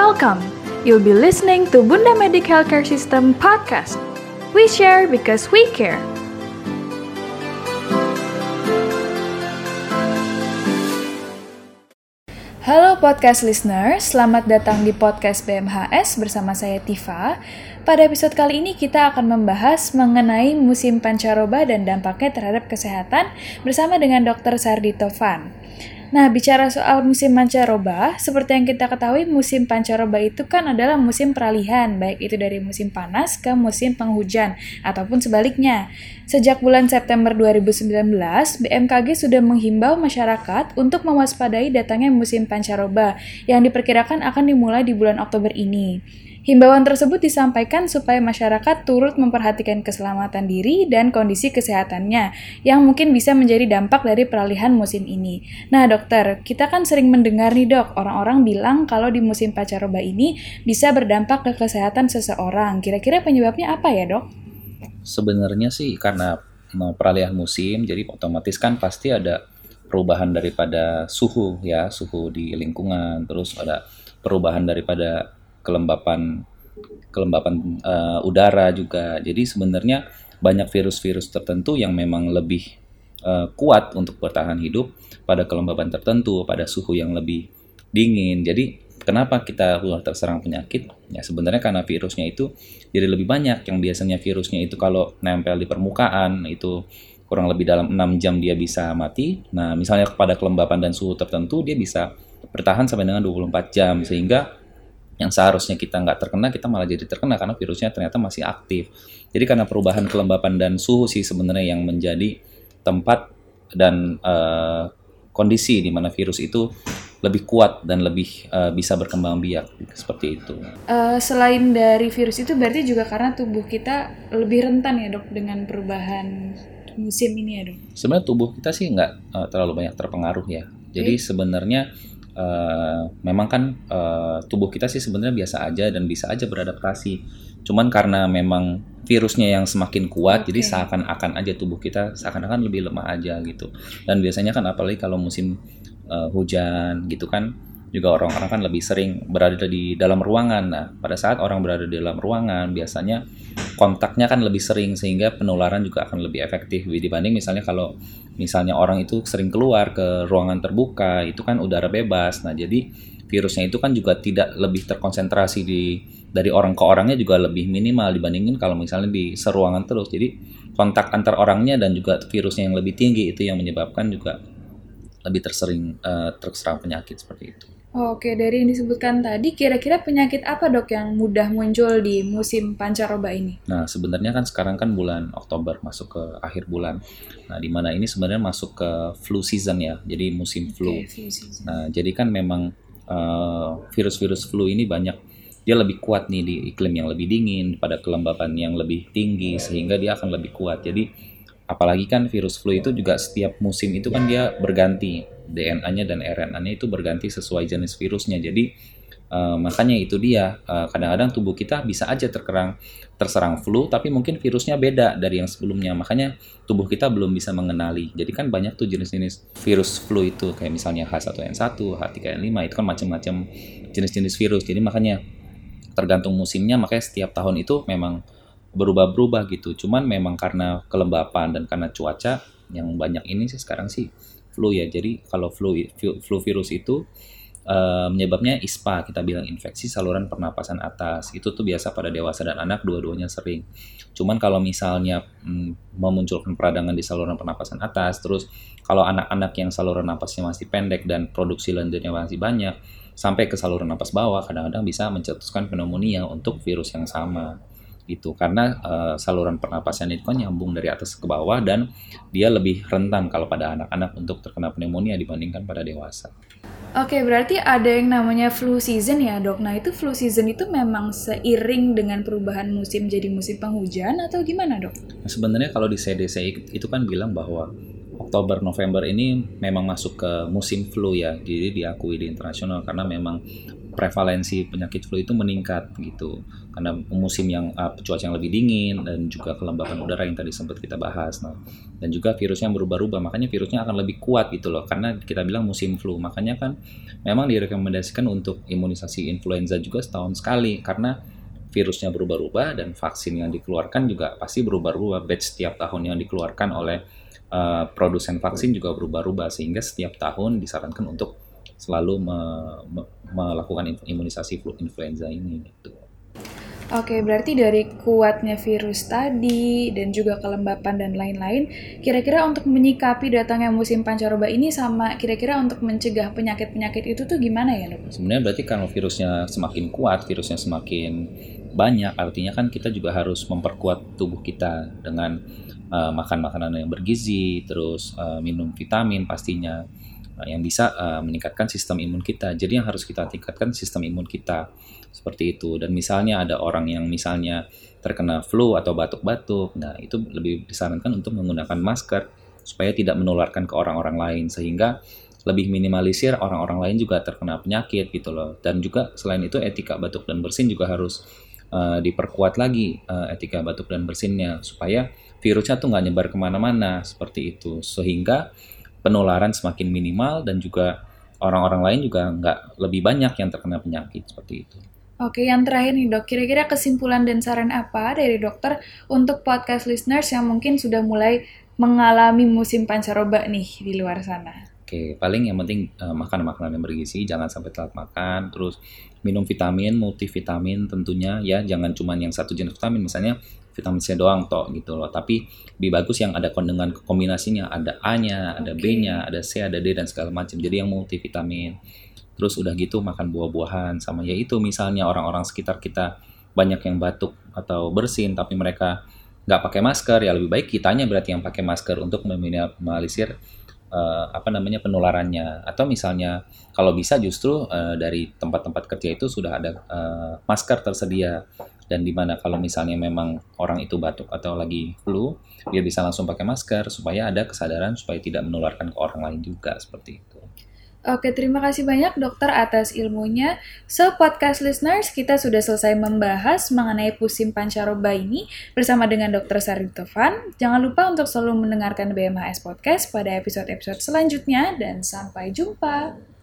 Welcome! You'll be listening to Bunda Medic Healthcare System Podcast. We share because we care. Halo podcast listeners, selamat datang di podcast BMHS bersama saya Tifa. Pada episode kali ini kita akan membahas mengenai musim pancaroba dan dampaknya terhadap kesehatan bersama dengan Dr. Sardi Tovan. Nah, bicara soal musim pancaroba, seperti yang kita ketahui musim pancaroba itu kan adalah musim peralihan, baik itu dari musim panas ke musim penghujan, ataupun sebaliknya. Sejak bulan September 2019, BMKG sudah menghimbau masyarakat untuk mewaspadai datangnya musim pancaroba yang diperkirakan akan dimulai di bulan Oktober ini. Himbauan tersebut disampaikan supaya masyarakat turut memperhatikan keselamatan diri dan kondisi kesehatannya yang mungkin bisa menjadi dampak dari peralihan musim ini. Nah dokter, kita kan sering mendengar nih dok, orang-orang bilang kalau di musim pancaroba ini bisa berdampak ke kesehatan seseorang. Kira-kira penyebabnya apa ya dok? Sebenarnya sih karena peralihan musim, jadi otomatis kan pasti ada perubahan daripada suhu ya, suhu di lingkungan, terus ada perubahan daripada kelembapan udara juga. Jadi sebenarnya banyak virus-virus tertentu yang memang lebih kuat untuk bertahan hidup pada kelembapan tertentu, pada suhu yang lebih dingin. Jadi kenapa kita terserang penyakit? Ya sebenarnya karena virusnya itu jadi lebih banyak. Yang biasanya virusnya itu kalau nempel di permukaan itu kurang lebih dalam 6 jam dia bisa mati. Nah, misalnya pada kelembapan dan suhu tertentu dia bisa bertahan sampai dengan 24 jam sehingga yang seharusnya kita nggak terkena, kita malah jadi terkena karena virusnya ternyata masih aktif. Jadi karena perubahan kelembapan dan suhu sih sebenarnya yang menjadi tempat dan kondisi di mana virus itu lebih kuat dan lebih bisa berkembang biak seperti itu. Selain dari virus itu berarti juga karena tubuh kita lebih rentan ya dok dengan perubahan musim ini ya dok? Sebenarnya tubuh kita sih nggak terlalu banyak terpengaruh ya. Jadi sebenarnya memang kan tubuh kita sih sebenarnya biasa aja dan bisa aja beradaptasi. Cuman karena memang virusnya yang semakin kuat, jadi seakan-akan aja tubuh kita seakan-akan lebih lemah aja gitu. Dan biasanya kan apalagi kalau musim hujan gitu kan, juga orang-orang kan lebih sering berada di dalam ruangan. Nah, pada saat orang berada di dalam ruangan, biasanya kontaknya kan lebih sering sehingga penularan juga akan lebih efektif dibanding misalnya kalau orang itu sering keluar ke ruangan terbuka, itu kan udara bebas. Nah, jadi virusnya itu kan juga tidak lebih terkonsentrasi dari orang ke orangnya juga lebih minimal dibandingin kalau misalnya di seruangan terus. Jadi kontak antar orangnya dan juga virusnya yang lebih tinggi itu yang menyebabkan juga lebih terserang penyakit seperti itu. Oke, dari yang disebutkan tadi, kira-kira penyakit apa dok yang mudah muncul di musim pancaroba ini? Nah, sebenarnya kan sekarang kan bulan Oktober masuk ke akhir bulan. Nah, di mana ini sebenarnya masuk ke flu season ya, jadi musim flu. Flu season. Nah, jadi kan memang virus-virus flu ini banyak, dia lebih kuat nih di iklim yang lebih dingin, pada kelembapan yang lebih tinggi, sehingga dia akan lebih kuat. Jadi, apalagi kan virus flu itu juga setiap musim itu kan dia berganti, DNA-nya dan RNA-nya itu berganti sesuai jenis virusnya. Jadi makanya itu dia kadang-kadang tubuh kita bisa aja terserang flu, tapi mungkin virusnya beda dari yang sebelumnya. Makanya tubuh kita belum bisa mengenali. Jadi kan banyak tuh jenis-jenis virus flu itu kayak misalnya H1N1, H3N5 itu kan macam-macam jenis-jenis virus. Jadi makanya tergantung musimnya, makanya setiap tahun itu memang berubah-berubah gitu. Cuman memang karena kelembapan dan karena cuaca yang banyak ini sih sekarang sih flu ya. Jadi kalau flu virus itu menyebabnya ISPA, kita bilang infeksi saluran pernapasan atas. Itu tuh biasa pada dewasa dan anak dua-duanya sering. Cuman kalau misalnya memunculkan peradangan di saluran pernapasan atas, terus kalau anak-anak yang saluran napasnya masih pendek dan produksi lendirnya masih banyak, sampai ke saluran napas bawah, kadang-kadang bisa mencetuskan pneumonia untuk virus yang sama. Gitu, karena saluran pernapasan itu kan nyambung dari atas ke bawah dan dia lebih rentan kalau pada anak-anak untuk terkena pneumonia dibandingkan pada dewasa. Oke, berarti ada yang namanya flu season ya dok. Nah itu flu season itu memang seiring dengan perubahan musim jadi musim penghujan atau gimana dok? Nah, sebenarnya kalau di CDC itu kan bilang bahwa Oktober November ini memang masuk ke musim flu ya, jadi diakui di internasional karena memang prevalensi penyakit flu itu meningkat gitu karena musim yang cuaca yang lebih dingin dan juga kelembapan udara yang tadi sempat kita bahas. Nah, dan juga virusnya berubah-ubah, makanya virusnya akan lebih kuat gitu loh, karena kita bilang musim flu. Makanya kan memang direkomendasikan untuk imunisasi influenza juga setahun sekali, karena virusnya berubah-ubah dan vaksin yang dikeluarkan juga pasti berubah-ubah. Batch setiap tahun yang dikeluarkan oleh produsen vaksin juga berubah-ubah, sehingga setiap tahun disarankan untuk selalu melakukan imunisasi flu influenza ini gitu. Oke, berarti dari kuatnya virus tadi dan juga kelembapan dan lain-lain, kira-kira untuk menyikapi datangnya musim pancaroba ini sama kira-kira untuk mencegah penyakit-penyakit itu tuh gimana ya, Dok? Sebenarnya berarti kalau virusnya semakin kuat, virusnya semakin banyak, artinya kan kita juga harus memperkuat tubuh kita dengan makan makanan yang bergizi, terus minum vitamin pastinya yang bisa meningkatkan sistem imun kita. Jadi yang harus kita tingkatkan sistem imun kita seperti itu. Dan misalnya ada orang yang misalnya terkena flu atau batuk-batuk, nah itu lebih disarankan untuk menggunakan masker supaya tidak menularkan ke orang-orang lain, sehingga lebih minimalisir orang-orang lain juga terkena penyakit gitu loh. Dan juga selain itu etika batuk dan bersin juga harus diperkuat lagi, etika batuk dan bersinnya, supaya virusnya tuh nggak nyebar kemana-mana seperti itu, sehingga penularan semakin minimal dan juga orang-orang lain juga nggak lebih banyak yang terkena penyakit seperti itu. Oke, yang terakhir nih dok, kira-kira kesimpulan dan saran apa dari dokter untuk podcast listeners yang mungkin sudah mulai mengalami musim pancaroba nih di luar sana? Oke, paling yang penting makan makanan yang bergizi, jangan sampai telat makan, terus minum vitamin, multivitamin tentunya ya, jangan cuma yang satu jenis vitamin, misalnya vitamin C doang toh gitu loh, tapi lebih bagus yang ada dengan kombinasinya, ada A-nya, ada B-nya, ada C, ada D dan segala macam. Jadi yang multivitamin. Terus udah gitu makan buah-buahan, sama ya itu misalnya orang-orang sekitar kita banyak yang batuk atau bersin tapi mereka nggak pakai masker, ya lebih baik kitanya berarti yang pakai masker untuk meminimalisir penularannya. Atau misalnya kalau bisa justru dari tempat-tempat kerja itu sudah ada masker tersedia, dan dimana kalau misalnya memang orang itu batuk atau lagi flu, dia bisa langsung pakai masker supaya ada kesadaran supaya tidak menularkan ke orang lain juga seperti itu. Oke, terima kasih banyak dokter atas ilmunya. So, podcast listeners, kita sudah selesai membahas mengenai musim pancaroba ini bersama dengan Dr. Sari Tovan. Jangan lupa untuk selalu mendengarkan BMHS Podcast pada episode-episode selanjutnya dan sampai jumpa.